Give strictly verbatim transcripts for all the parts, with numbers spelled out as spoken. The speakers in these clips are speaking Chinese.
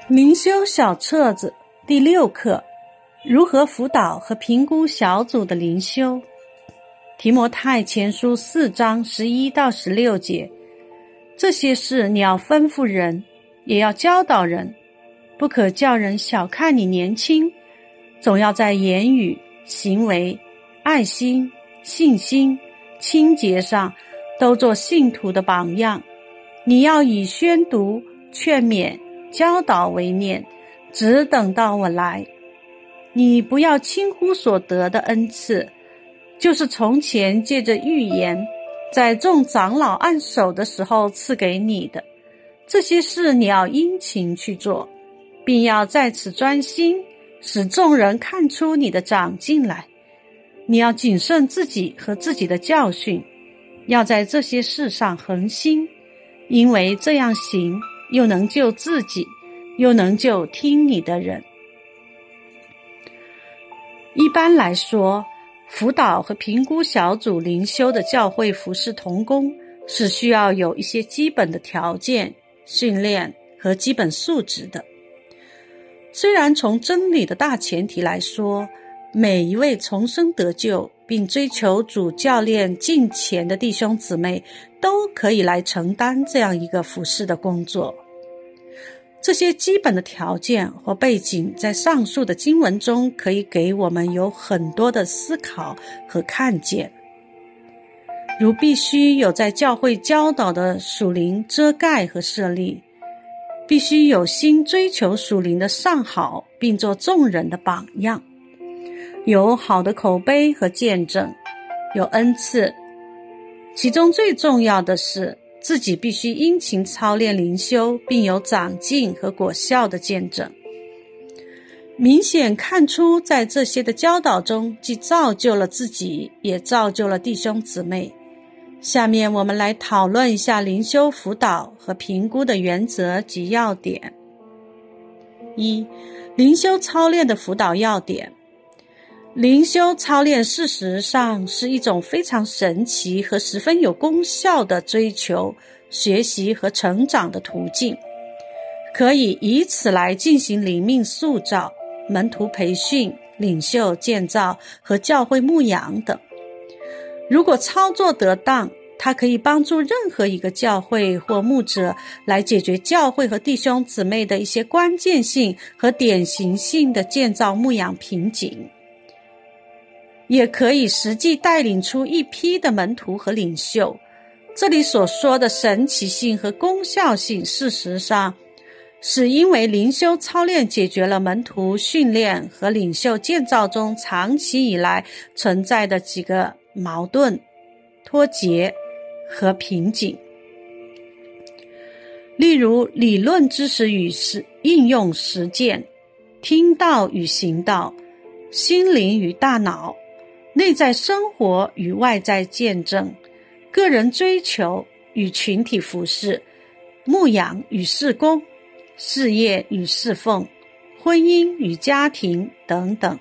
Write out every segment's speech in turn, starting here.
灵修小册子第六课：如何辅导和评估小组的灵修。提摩太前书四章十一到十六节，这些事你要吩咐人，也要教导人，不可叫人小看你年轻，总要在言语、行为、爱心、信心、清洁上都做信徒的榜样。你要以宣读、劝勉、教导为念，只等到我来。你不要轻忽所得的恩赐，就是从前借着预言，在众长老按手的时候赐给你的。这些事你要殷勤去做，并要在此专心，使众人看出你的长进来。你要谨慎自己和自己的教训，要在这些事上恒心，因为这样行，又能救自己，又能救听你的人。一般来说，辅导和评估小组灵修的教会服事同工是需要有一些基本的条件、训练和基本素质的。虽然从真理的大前提来说，每一位重生得救并追求主教练敬虔的弟兄姊妹都可以来承担这样一个服事的工作。这些基本的条件或背景在上述的经文中可以给我们有很多的思考和看见，如必须有在教会教导的属灵遮盖和设立，必须有心追求属灵的上好，并做众人的榜样，有好的口碑和见证，有恩赐。其中最重要的是自己必须殷勤操练灵修，并有长进和果效的见证。明显看出在这些的教导中，既造就了自己，也造就了弟兄姊妹。下面我们来讨论一下灵修辅导和评估的原则及要点。一、灵修操练的辅导要点。灵修操练事实上是一种非常神奇和十分有功效的追求、学习和成长的途径，可以以此来进行灵命塑造、门徒培训、领袖建造和教会牧养等。如果操作得当，它可以帮助任何一个教会或牧者来解决教会和弟兄姊妹的一些关键性和典型性的建造牧养瓶颈，也可以实际带领出一批的门徒和领袖。这里所说的神奇性和功效性，事实上是因为灵修操练解决了门徒训练和领袖建造中长期以来存在的几个矛盾、脱节和瓶颈。例如，理论知识与实应用实践，听道与行道，心灵与大脑，内在生活与外在见证，个人追求与群体服事，牧养与事工，事业与侍奉，婚姻与家庭等等。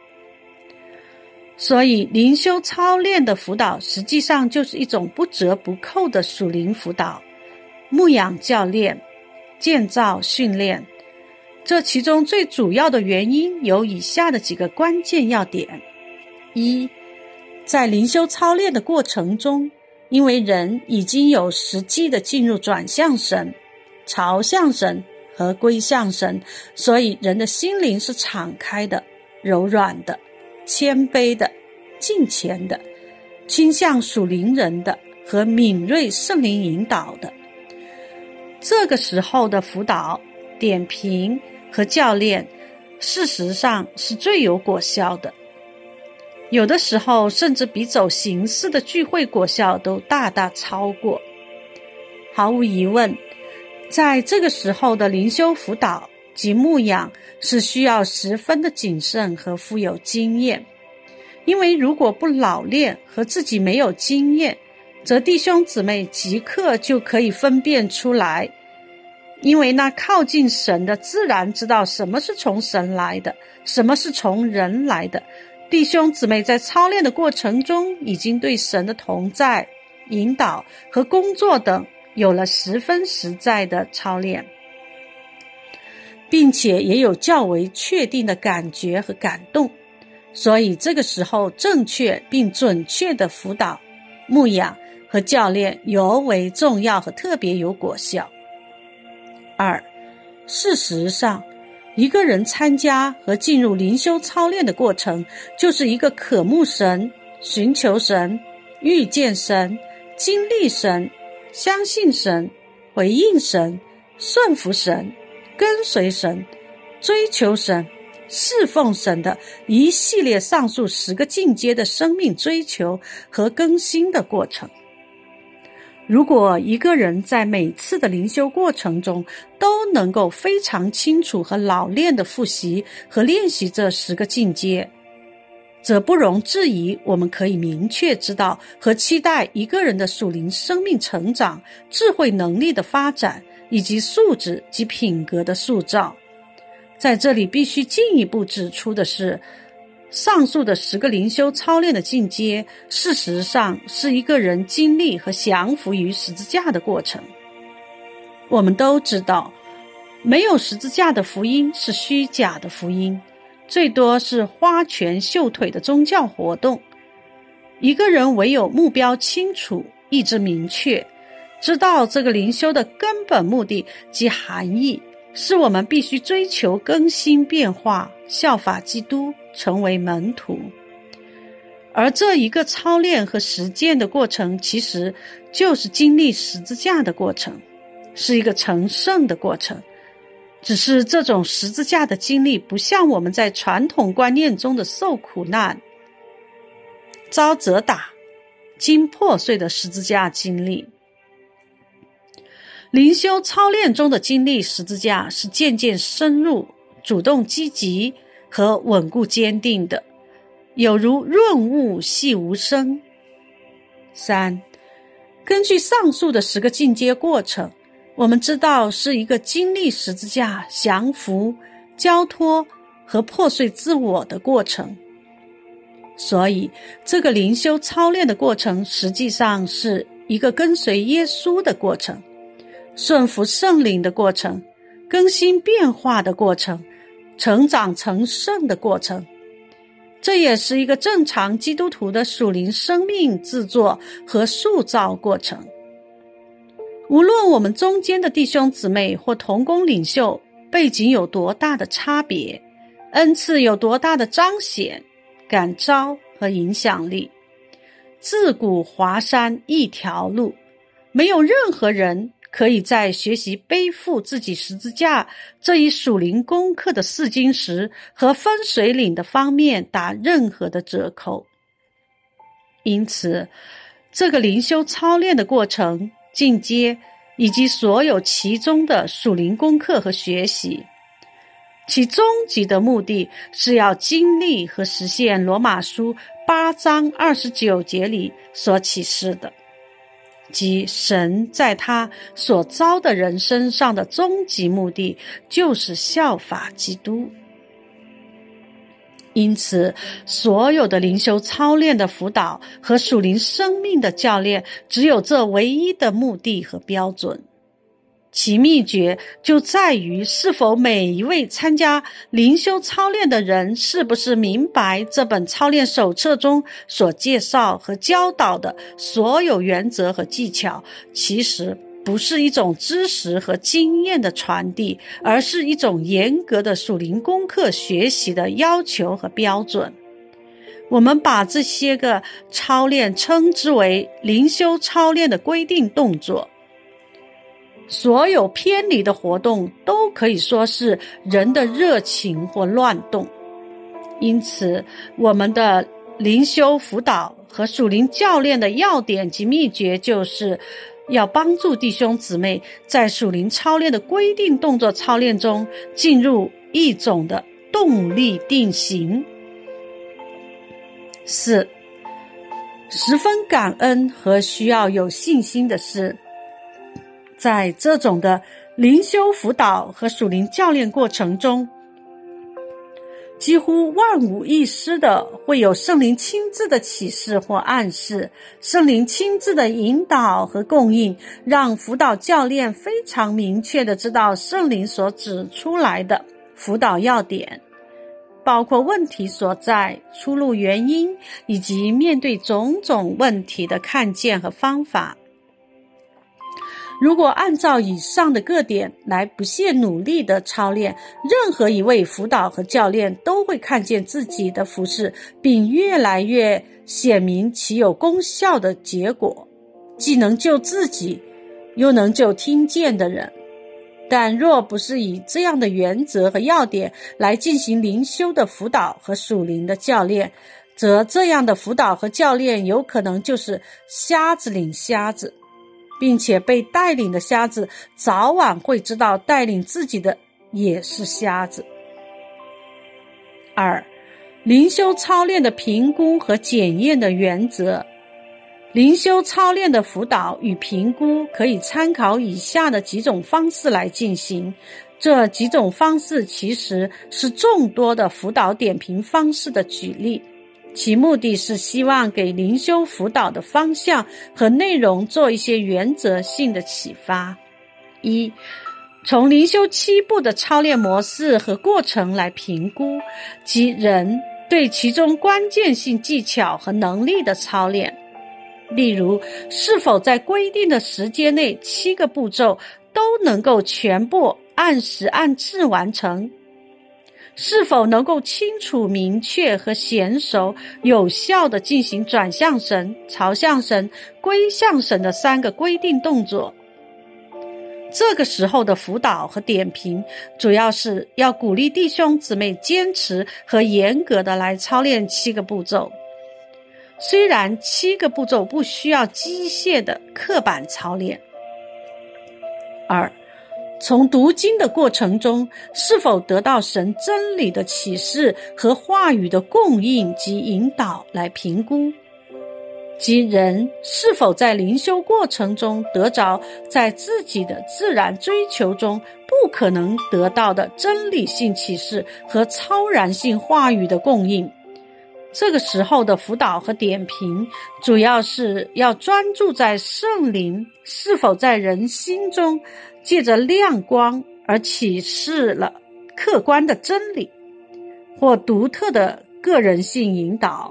所以灵修操练的辅导实际上就是一种不折不扣的属灵辅导、牧养教练、建造训练。这其中最主要的原因有以下的几个关键要点。一、在灵修操练的过程中，因为人已经有实际的进入转向神、朝向神和归向神，所以人的心灵是敞开的、柔软的、谦卑的、敬虔的，倾向属灵人的和敏锐圣灵引导的。这个时候的辅导、点评和教练事实上是最有果效的，有的时候甚至比走形式的聚会果效都大大超过。毫无疑问，在这个时候的灵修辅导及牧养是需要十分的谨慎和富有经验，因为如果不老练和自己没有经验，则弟兄姊妹即刻就可以分辨出来，因为那靠近神的自然知道什么是从神来的，什么是从人来的。弟兄姊妹在操练的过程中已经对神的同在、引导和工作等有了十分实在的操练， 并且也有较为确定的感觉和感动，所以这个时候正确并准确的辅导、牧养和教练尤为重要和特别有果效。二，事实上，一个人参加和进入灵修操练的过程，就是一个渴慕神、寻求神、遇见神、经历神、相信神、回应神、顺服神、跟随神、追求神、侍奉神的一系列上述十个进阶的生命追求和更新的过程。如果一个人在每次的灵修过程中都能够非常清楚和老练地复习和练习这十个进阶，则不容置疑，我们可以明确知道和期待一个人的属灵生命成长、智慧能力的发展，以及素质及品格的塑造。在这里必须进一步指出的是，上述的十个灵修操练的进阶，事实上是一个人经历和降服于十字架的过程。我们都知道，没有十字架的福音是虚假的福音，最多是花拳绣腿的宗教活动。一个人唯有目标清楚、意志明确，知道这个灵修的根本目的及含义，是我们必须追求更新变化，效法基督，成为门徒。而这一个操练和实践的过程，其实就是经历十字架的过程，是一个成圣的过程。只是这种十字架的经历，不像我们在传统观念中的受苦难、遭责打、经破碎的十字架经历。灵修操练中的经历十字架是渐渐深入、主动积极和稳固坚定的，有如润物细无声。三，根据上述的十个进阶过程，我们知道是一个经历十字架、降服、交托和破碎自我的过程。所以这个灵修操练的过程实际上是一个跟随耶稣的过程，顺服圣灵的过程，更新变化的过程，成长成圣的过程。这也是一个正常基督徒的属灵生命制作和塑造过程。无论我们中间的弟兄姊妹或同工领袖背景有多大的差别，恩赐有多大的彰显、感召和影响力，自古华山一条路，没有任何人可以在学习背负自己十字架这一属灵功课的试金石和分水岭的方面打任何的折扣。因此，这个灵修操练的过程、进阶以及所有其中的属灵功课和学习，其终极的目的是要经历和实现罗马书八章二十九节里所启示的，即神在他所招的人身上的终极目的就是效法基督。因此，所有的灵修操练的辅导和属灵生命的教练，只有这唯一的目的和标准。其秘诀就在于是否每一位参加灵修操练的人是不是明白这本操练手册中所介绍和教导的所有原则和技巧，其实不是一种知识和经验的传递，而是一种严格的属灵功课学习的要求和标准。我们把这些个操练称之为灵修操练的规定动作。所有偏离的活动都可以说是人的热情或乱动。因此，我们的灵修辅导和属灵教练的要点及秘诀，就是要帮助弟兄姊妹在属灵操练的规定动作操练中进入一种的动力定型。四，十分感恩和需要有信心的是，在这种的灵修辅导和属灵教练过程中， 几乎万无一失的会有圣灵亲自的启示或暗示，圣灵亲自的引导和供应，让辅导教练非常明确的知道圣灵所指出来的辅导要点，包括问题所在、出路原因，以及面对种种问题的看见和方法。如果按照以上的各点来不懈努力的操练，任何一位辅导和教练都会看见自己的服事，并越来越显明其有功效的结果，既能救自己，又能救听见的人。但若不是以这样的原则和要点来进行灵修的辅导和属灵的教练，则这样的辅导和教练有可能就是瞎子领瞎子，并且被带领的瞎子早晚会知道带领自己的也是瞎子。二、灵修操练的评估和检验的原则。灵修操练的辅导与评估可以参考以下的几种方式来进行，这几种方式其实是众多的辅导点评方式的举例，其目的是希望给灵修辅导的方向和内容做一些原则性的启发。一、从灵修七步的操练模式和过程来评估，即人对其中关键性技巧和能力的操练。例如，是否在规定的时间内七个步骤都能够全部按时按质完成，是否能够清楚明确和娴熟有效地进行转向神、朝向神、归向神的三个规定动作。这个时候的辅导和点评主要是要鼓励弟兄姊妹坚持和严格地来操练七个步骤。虽然七个步骤不需要机械的刻板操练。二、从读经的过程中是否得到神真理的启示和话语的供应及引导来评估，即人是否在灵修过程中得着在自己的自然追求中不可能得到的真理性启示和超然性话语的供应。这个时候的辅导和点评主要是要专注在圣灵是否在人心中借着亮光而启示了客观的真理或独特的个人性引导。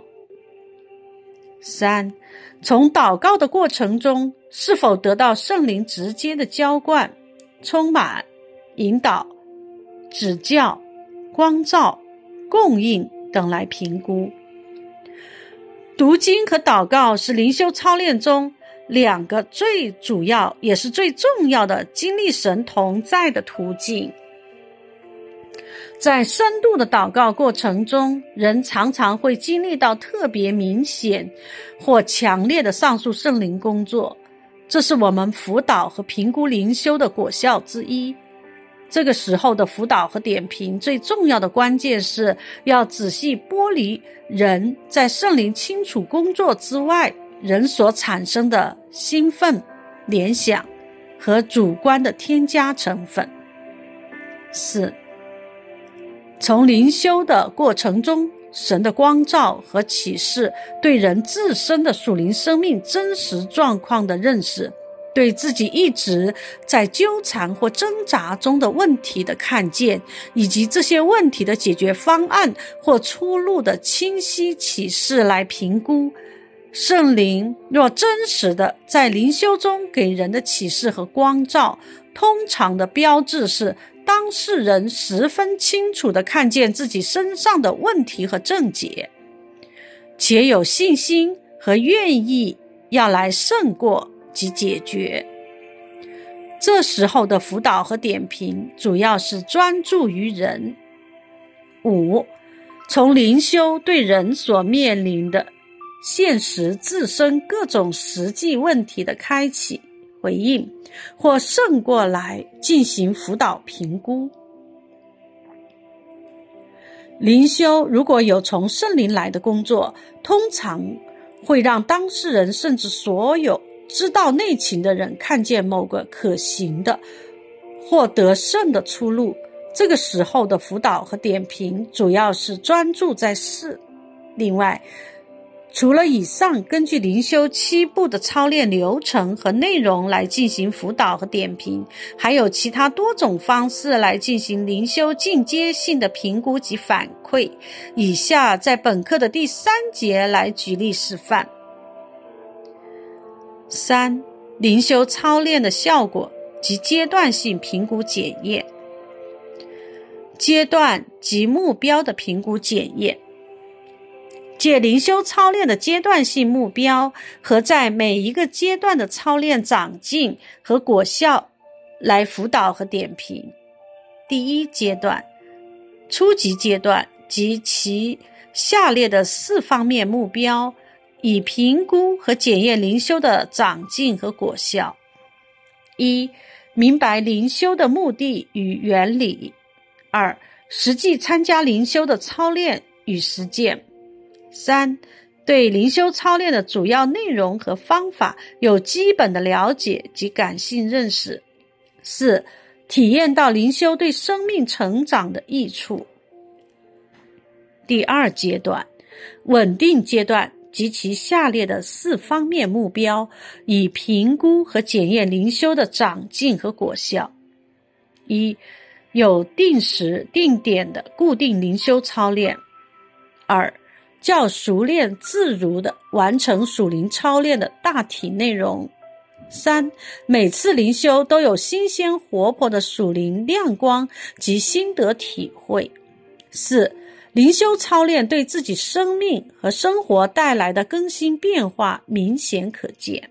三、从祷告的过程中是否得到圣灵直接的浇灌、充满、引导、指教、光照、供应等来评估。读经和祷告是灵修操练中两个最主要也是最重要的经历神同在的途径。在深度的祷告过程中，人常常会经历到特别明显或强烈的上述圣灵工作，这是我们辅导和评估灵修的果效之一。这个时候的辅导和点评最重要的关键是要仔细剥离人在圣灵清楚工作之外人所产生的兴奋、联想和主观的添加成分。四、从灵修的过程中，神的光照和启示对人自身的属灵生命真实状况的认识，对自己一直在纠缠或挣扎中的问题的看见，以及这些问题的解决方案或出路的清晰启示来评估。圣灵若真实的在灵修中给人的启示和光照，通常的标志是当事人十分清楚地看见自己身上的问题和症结，且有信心和愿意要来胜过及解决。这时候的辅导和点评主要是专注于人。五、从灵修对人所面临的现实自身各种实际问题的开启、回应或胜过来进行辅导评估。灵修如果有从圣灵来的工作，通常会让当事人甚至所有知道内情的人看见某个可行的或得胜的出路， 这个时候的辅导和点评主要是专注在事。另外，除了以上根据灵修七步的操练流程和内容来进行辅导和点评，还有其他多种方式来进行灵修进阶性的评估及反馈。以下在本课的第三节来举例示范。三、灵修操练的效果及阶段性评估检验。阶段及目标的评估检验，借灵修操练的阶段性目标和在每一个阶段的操练长进和果效来辅导和点评。第一阶段，初级阶段及其下列的四方面目标，以评估和检验灵修的长进和果效。一、明白灵修的目的与原理。二、实际参加灵修的操练与实践。三、对灵修操练的主要内容和方法有基本的了解及感性认识。四、体验到灵修对生命成长的益处。第二阶段，稳定阶段及其下列的四方面目标，以评估和检验灵修的长进和果效。一、有定时定点的固定灵修操练。二、较熟练自如地完成属灵操练的大体内容。三、每次灵修都有新鲜活泼的属灵亮光及心得体会。四、灵修操练对自己生命和生活带来的更新变化明显可见。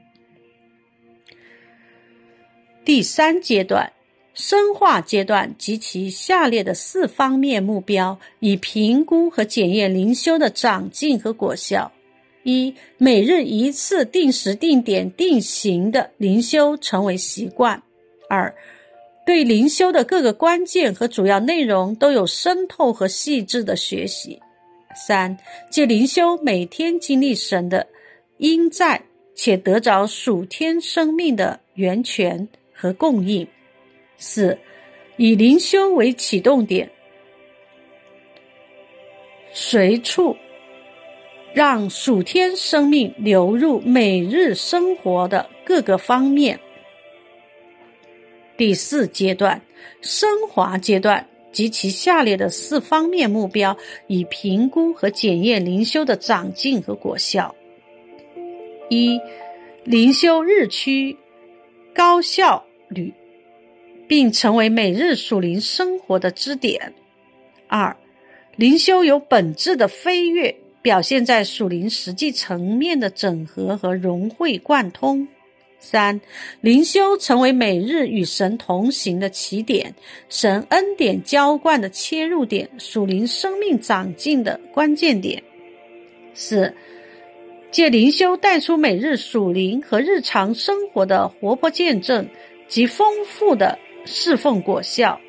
第三阶段，深化阶段及其下列的四方面目标，以评估和检验灵修的长进和果效。一、每日一次定时定点定型的灵修成为习惯。二、对灵修的各个关键和主要内容都有深透和细致的学习。三、借灵修每天经历神的应在，且得着属天生命的源泉和供应。四、以灵修为启动点，随处让属天生命流入每日生活的各个方面。第四阶段，升华阶段及其下列的四方面目标，以评估和检验灵修的长进和果效。一、灵修日趋高效率，并成为每日属灵生活的支点。二、灵修有本质的飞跃，表现在属灵实际层面的整合和融会贯通。三、灵修成为每日与神同行的起点，神恩典浇灌的切入点，属灵生命长进的关键点。四、借灵修带出每日属灵和日常生活的活泼见证及丰富的侍奉果效。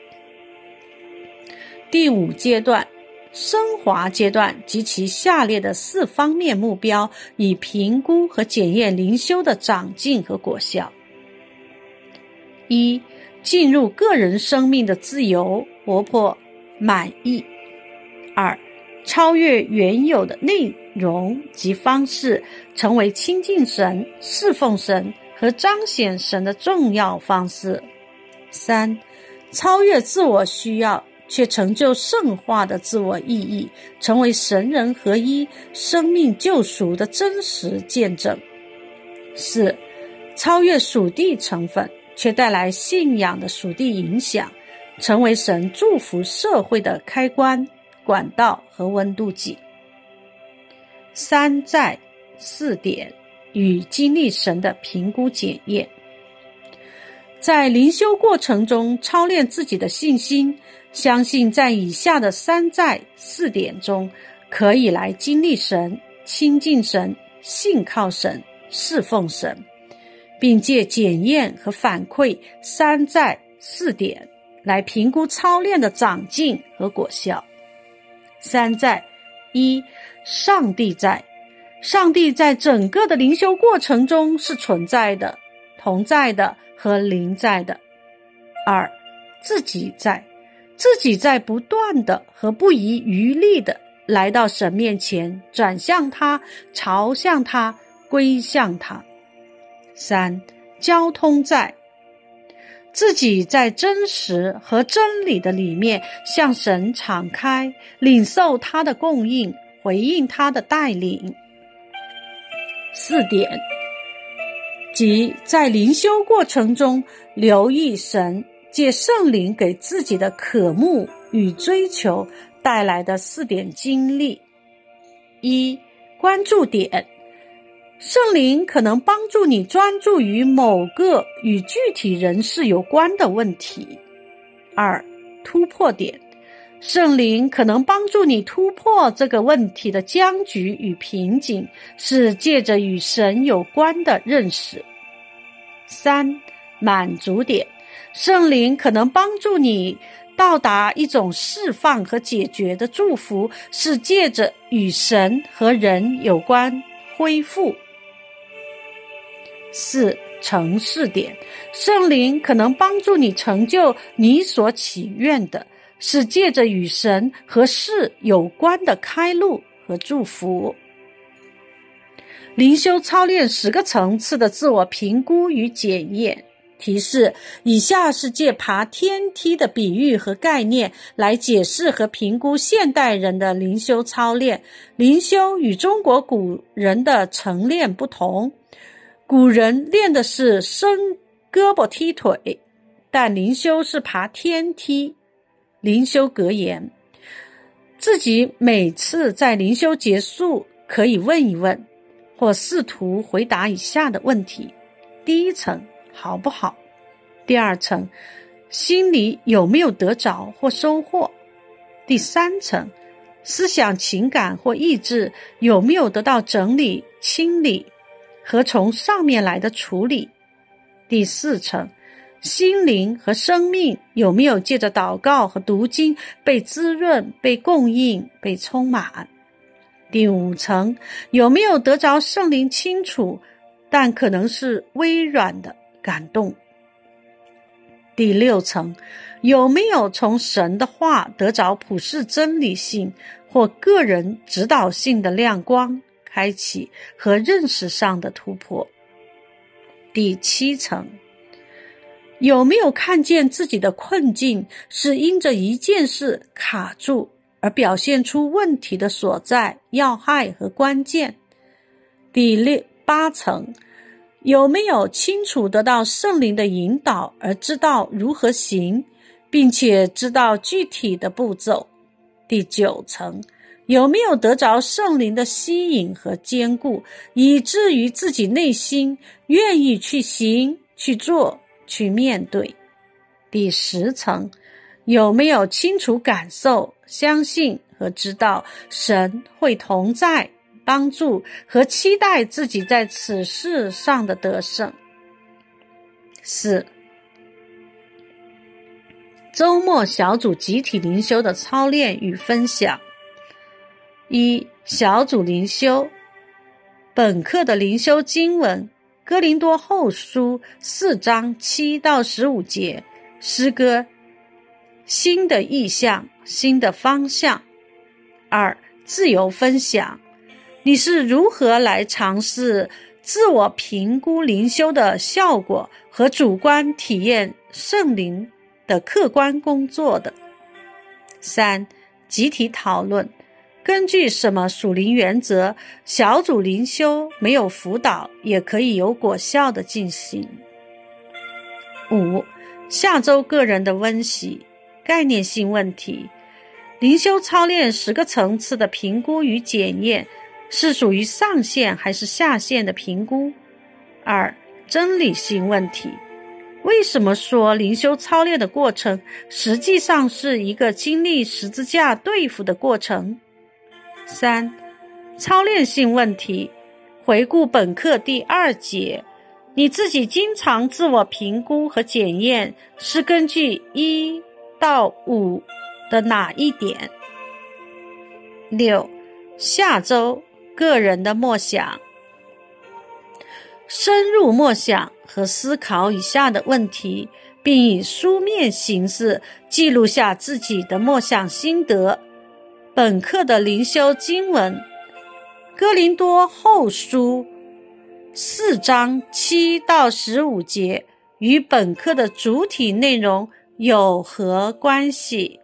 第五阶段，升华阶段及其下列的四方面目标，以评估和检验灵修的长进和果效。一、进入个人生命的自由、活泼、满意。二、超越原有的内容及方式，成为亲近神、侍奉神和彰显神的重要方式。三、超越自我需要，却成就圣化的自我意义，成为神人合一、生命救赎的真实见证。四、超越属地成分，却带来信仰的属地影响，成为神祝福社会的开关、管道和温度计。三在四点与经历神的评估检验。在灵修过程中操练自己的信心，相信在以下的三在四点中，可以来经历神、亲近神、信靠神、侍奉神，并借检验和反馈三在四点来评估操练的长进和果效。三在：一、上帝在，上帝在整个的灵修过程中是存在的、同在的和临在的。二、 自己在，自己在不断的和不遗余力的来到神面前，转向他，朝向他，归向他。三、交通在，自己在真实和真理的里面向神敞开，领受他的供应，回应他的带领。四点，即在灵修过程中留意神借圣灵给自己的渴慕与追求带来的四点经历。一、关注点，圣灵可能帮助你专注于某个与具体人事有关的问题。二、突破点，圣灵可能帮助你突破这个问题的僵局与瓶颈，是借着与神有关的认识。三、满足点，圣灵可能帮助你到达一种释放和解决的祝福，是借着与神和人有关恢复。四、成事点，圣灵可能帮助你成就你所祈愿的，是借着与神和事有关的开路和祝福。灵修操练十个层次的自我评估与检验。提示：以下是借爬天梯的比喻和概念来解释和评估现代人的灵修操练。灵修与中国古人的晨练不同，古人练的是伸胳膊踢腿，但灵修是爬天梯。灵修格言：自己每次在灵修结束可以问一问，或试图回答以下的问题：第一层，好不好？第二层，心里有没有得着或收获？第三层，思想情感或意志有没有得到整理清理和从上面来的处理？第四层，心灵和生命有没有借着祷告和读经被滋润、被供应、被充满？第五层，有没有得着圣灵清楚但可能是微软的感动？第六层，有没有从神的话得着普世真理性或个人指导性的亮光，开启和认识上的突破？第七层，有没有看见自己的困境是因着一件事卡住而表现出问题的所在、要害和关键？第六八层，有没有清楚得到圣灵的引导而知道如何行，并且知道具体的步骤？第九层，有没有得着圣灵的吸引和坚固，以至于自己内心愿意去行、去做、去面对？第十层，有没有清楚感受、相信和知道神会同在、帮助和期待自己在此事上的得胜？四、周末小组集体灵修的操练与分享。一、小组灵修。本课的灵修经文：哥林多后书四章七到十五节，诗歌新的意象，新的方向。二、自由分享。你是如何来尝试自我评估灵修的效果和主观体验圣灵的客观工作的？三、集体讨论。根据什么属灵原则，小组灵修没有辅导也可以有果效的进行？五、下周个人的温习。概念性问题。灵修操练十个层次的评估与检验，是属于上限还是下限的评估？二、真理性问题。为什么说灵修操练的过程实际上是一个经历十字架对付的过程？三、操练性问题。回顾本课第二节，你自己经常自我评估和检验是根据一到五的哪一点？六、下周个人的默想。深入默想和思考以下的问题，并以书面形式记录下自己的默想心得。本课的灵修经文，哥林多后书四章七到十五节，与本课的主体内容有何关系？